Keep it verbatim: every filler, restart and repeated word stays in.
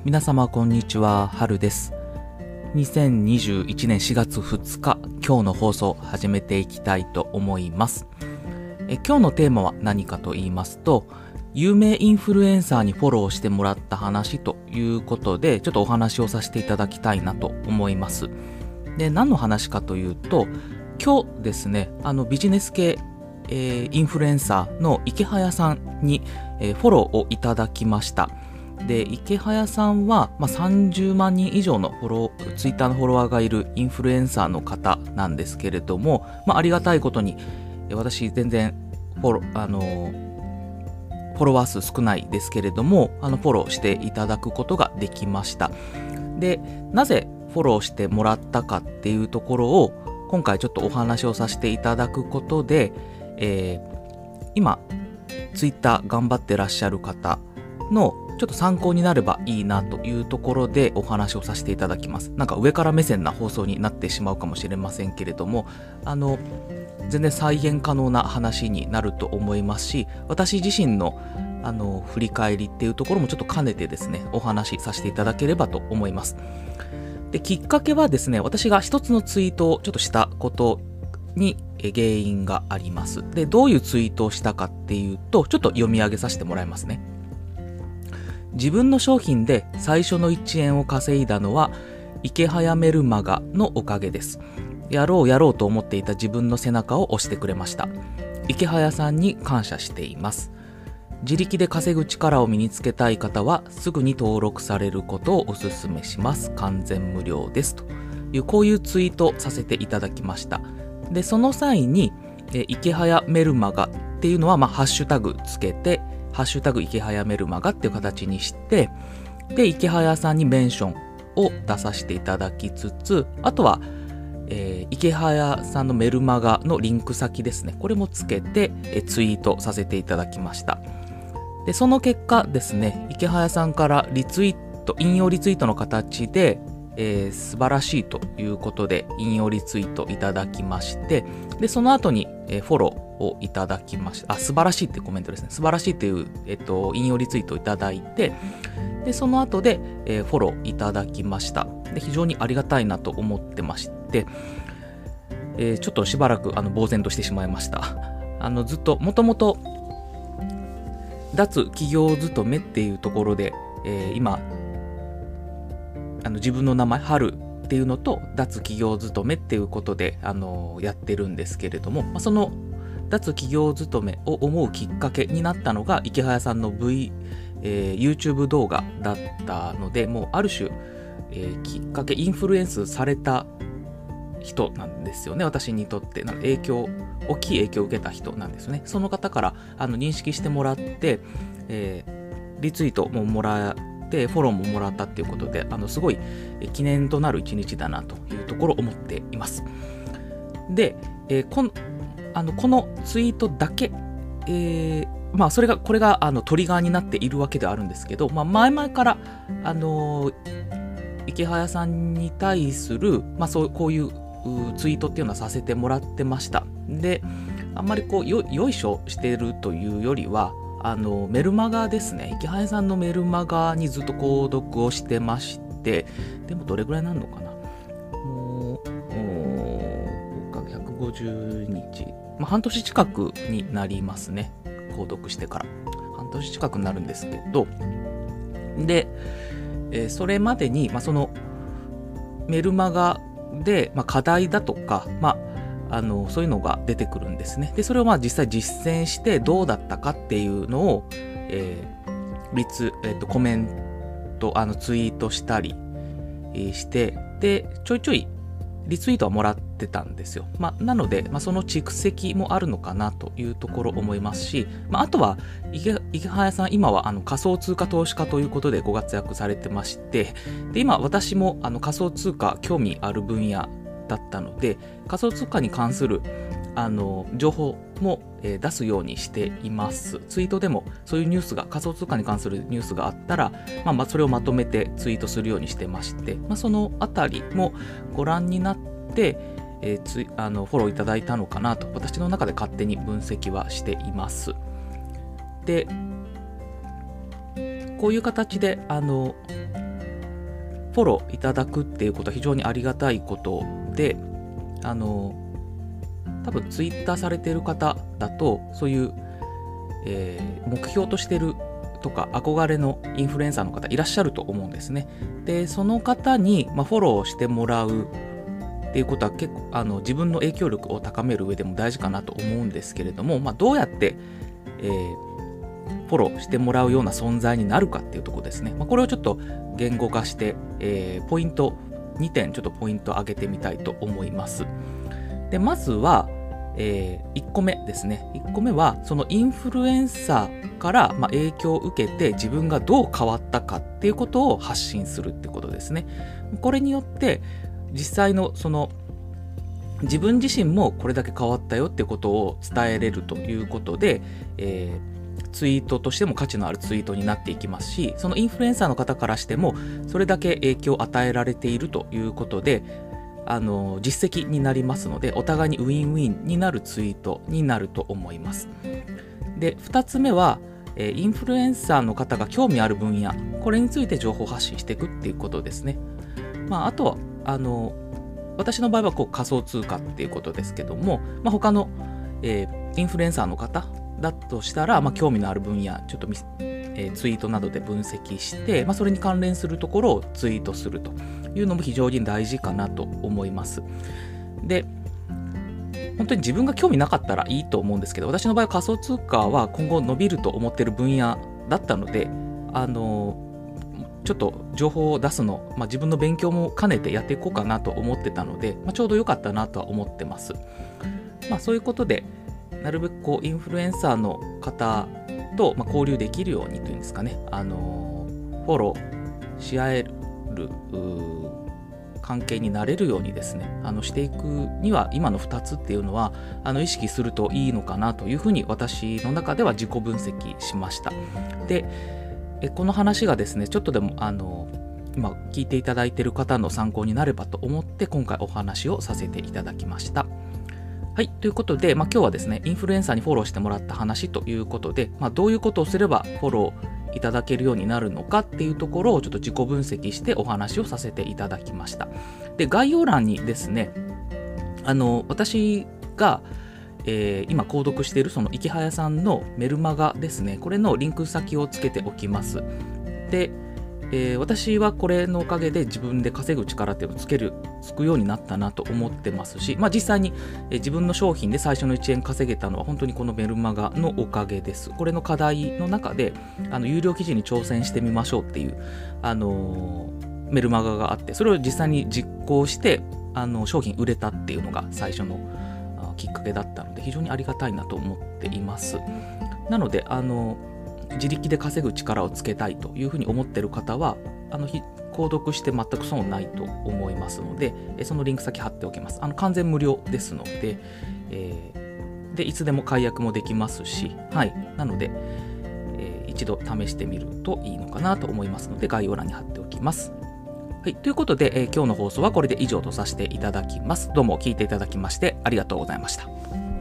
皆様こんにちは、春です。にせんにじゅういちねんしがつふつか、今日の放送始めていきたいと思います。え今日のテーマは何かと言いますと、有名インフルエンサーにフォローしてもらった話ということで、ちょっとお話をさせていただきたいなと思います。で、何の話かというと、今日ですね、あのビジネス系、えー、インフルエンサーの池早さんに、えー、フォローをいただきました。で、池早さんは、まあ、さんじゅうまんにん以上のフォロー、ツイッターのフォロワーがいるインフルエンサーの方なんですけれども、まあ、ありがたいことに、私全然フォロー、あのフォロワー数少ないですけれども、あのフォローしていただくことができました。で、なぜフォローしてもらったかっていうところを、今回ちょっとお話をさせていただくことで、えー、今、ツイッター頑張ってらっしゃる方のちょっと参考になればいいなというところでお話をさせていただきます。なんか上から目線な放送になってしまうかもしれませんけれども、あの全然再現可能な話になると思いますし、私自身のあの振り返りっていうところもちょっと兼ねてですね、お話しさせていただければと思います。で、きっかけはですね、私が一つのツイートをちょっとしたことに原因があります。で、どういうツイートをしたかっていうと、ちょっと読み上げさせてもらいますね。自分の商品で最初のいちえんを稼いだのは池早メルマガのおかげです。やろうやろうと思っていた自分の背中を押してくれました。池早さんに感謝しています。自力で稼ぐ力を身につけたい方はすぐに登録されることをお勧めします。完全無料です。という、こういうツイートさせていただきました。で、その際にえ池早メルマガっていうのは、まあ、ハッシュタグつけて、ハッシュタグ池早メルマガっていう形にして、で、池早さんにメンションを出させていただきつつ、あとは、えー、池早さんのメルマガのリンク先ですね。これもつけて、えー、ツイートさせていただきました。で、その結果ですね、池早さんからリツイート、引用リツイートの形で、えー、素晴らしいということで引用リツイートいただきまして、で、その後に、えー、フォローをいただきました。あ、素晴らしいってコメントですね。素晴らしいっていう、えっと、引用リツイートをいただいて、で、その後で、えー、フォローいただきました。で、非常にありがたいなと思ってまして、えー、ちょっとしばらくあの呆然としてしまいました。あの、ずっと、もともと、脱企業勤めっていうところで、えー、今、あの自分の名前、春っていうのと、脱企業勤めっていうことで、あのー、やってるんですけれども、まあ、その脱企業勤めを思うきっかけになったのが、池早さんの V、えー、YouTube 動画だったので、もうある種、えー、きっかけ、インフルエンスされた人なんですよね。私にとってなん影響、大きい影響を受けた人なんですよね。その方からあの認識してもらって、えー、リツイートももらって、フォローももらったっていうことで、あのすごい記念となる一日だなというところを思っています。で、えー、このあのこのツイートだけ、えー、まあそれがこれがあのトリガーになっているわけではあるんですけど、まあ、前々からあのー、池早さんに対する、まあ、そうこういうツイートっていうのはさせてもらってました。で、あんまりこう よ, よいしょしてるというよりは、あのメルマガですね、池早さんのメルマガにずっと購読をしてまして、でもどれぐらいなのかな、もうひゃくごじゅうにち、まあ、半年近くになりますね。購読してから半年近くになるんですけど、で、えー、それまでに、まあ、そのメルマガで、まあ、課題だとか、まああのそういうのが出てくるんですね。で、それをまあ実際実践してどうだったかっていうのを、えー、リツ、えーと、コメント、あのツイートしたり、えー、して、で、ちょいちょいリツイートはもらってたんですよ。まあ、なので、まあ、その蓄積もあるのかなというところ思いますし、まあ、あとは池、池早さん、今はあの仮想通貨投資家ということでご活躍されてまして、で、今私もあの仮想通貨興味ある分野だったので、仮想通貨に関するあの情報も、えー、出すようにしています。ツイートでもそういうニュースが、仮想通貨に関するニュースがあったら、まあ、まあそれをまとめてツイートするようにしてまして、まあ、そのあたりもご覧になって、えー、つあのフォローいただいたのかなと、私の中で勝手に分析はしています。で、こういう形であのフォローいただくっていうことは非常にありがたいことで、あの多分ツイッターされている方だとそういう、えー、目標としてるとか憧れのインフルエンサーの方いらっしゃると思うんですね。でその方に、まあ、フォローしてもらうっていうことは結構あの自分の影響力を高める上でも大事かなと思うんですけれども、まあ、どうやって、えー、フォローしてもらうような存在になるかっていうところですね。まあ、これをちょっと言語化して、えー、ポイントにてんちょっとポイントを挙げてみたいと思います。でまずは、えー、いっこめですね。いっこめはそのインフルエンサーから、まあ、影響を受けて自分がどう変わったかっていうことを発信するってことですね。これによって実際のその自分自身もこれだけ変わったよってことを伝えれるということで、えー、ツイートとしても価値のあるツイートになっていきますし、そのインフルエンサーの方からしてもそれだけ影響を与えられているということで、あの実績になりますので、お互いにウィンウィンになるツイートになると思います。でふたつめは、えー、インフルエンサーの方が興味ある分野、これについて情報発信していくっていうことですね。まあ、あとはあの私の場合はこう仮想通貨っていうことですけども、まあ、他の、えー、インフルエンサーの方だとしたら、まあ、興味のある分野ちょっと、えー、ツイートなどで分析して、まあ、それに関連するところをツイートするというのも非常に大事かなと思います。で本当に自分が興味なかったらいいと思うんですけど、私の場合は仮想通貨は今後伸びると思っている分野だったので、あのちょっと情報を出すの、まあ、自分の勉強も兼ねてやっていこうかなと思ってたので、まあ、ちょうど良かったなとは思ってます。まあ、そういうことでなるべくこうインフルエンサーの方と、まあ、交流できるようにというんですかね、あのー、フォローし合える関係になれるようにですね、あのしていくには今のふたつっていうのはあの意識するといいのかなというふうに私の中では自己分析しました。でえこの話がですねちょっとでもあの今聞いていただいている方の参考になればと思って今回お話をさせていただきました。はい、ということで、まあ、今日はですねインフルエンサーにフォローしてもらった話ということで、まあ、どういうことをすればフォローいただけるようになるのかっていうところをちょっと自己分析してお話をさせていただきました。で概要欄にですねあの私がえー、今購読しているその池早さんのメルマガですね、これのリンク先をつけておきます。で、えー、私はこれのおかげで自分で稼ぐ力っていうのをつけるつくようになったなと思ってますし、まあ、実際に、えー、自分の商品で最初のいちえん稼げたのは本当にこのメルマガのおかげです。これの課題の中であの有料記事に挑戦してみましょうっていう、あのー、メルマガがあって、それを実際に実行してあの商品売れたっていうのが最初のきっかけだったので非常にありがたいなと思っています。なのであの自力で稼ぐ力をつけたいというふうに思っている方はあの購読して全く損ないと思いますので、そのリンク先貼っておきます。あの完全無料ですので、えー、でいつでも解約もできますし、はい、なので、えー、一度試してみるといいのかなと思いますので概要欄に貼っておきます。はい、ということで、えー、今日の放送はこれで以上とさせていただきます。どうも聞いていただきましてありがとうございました。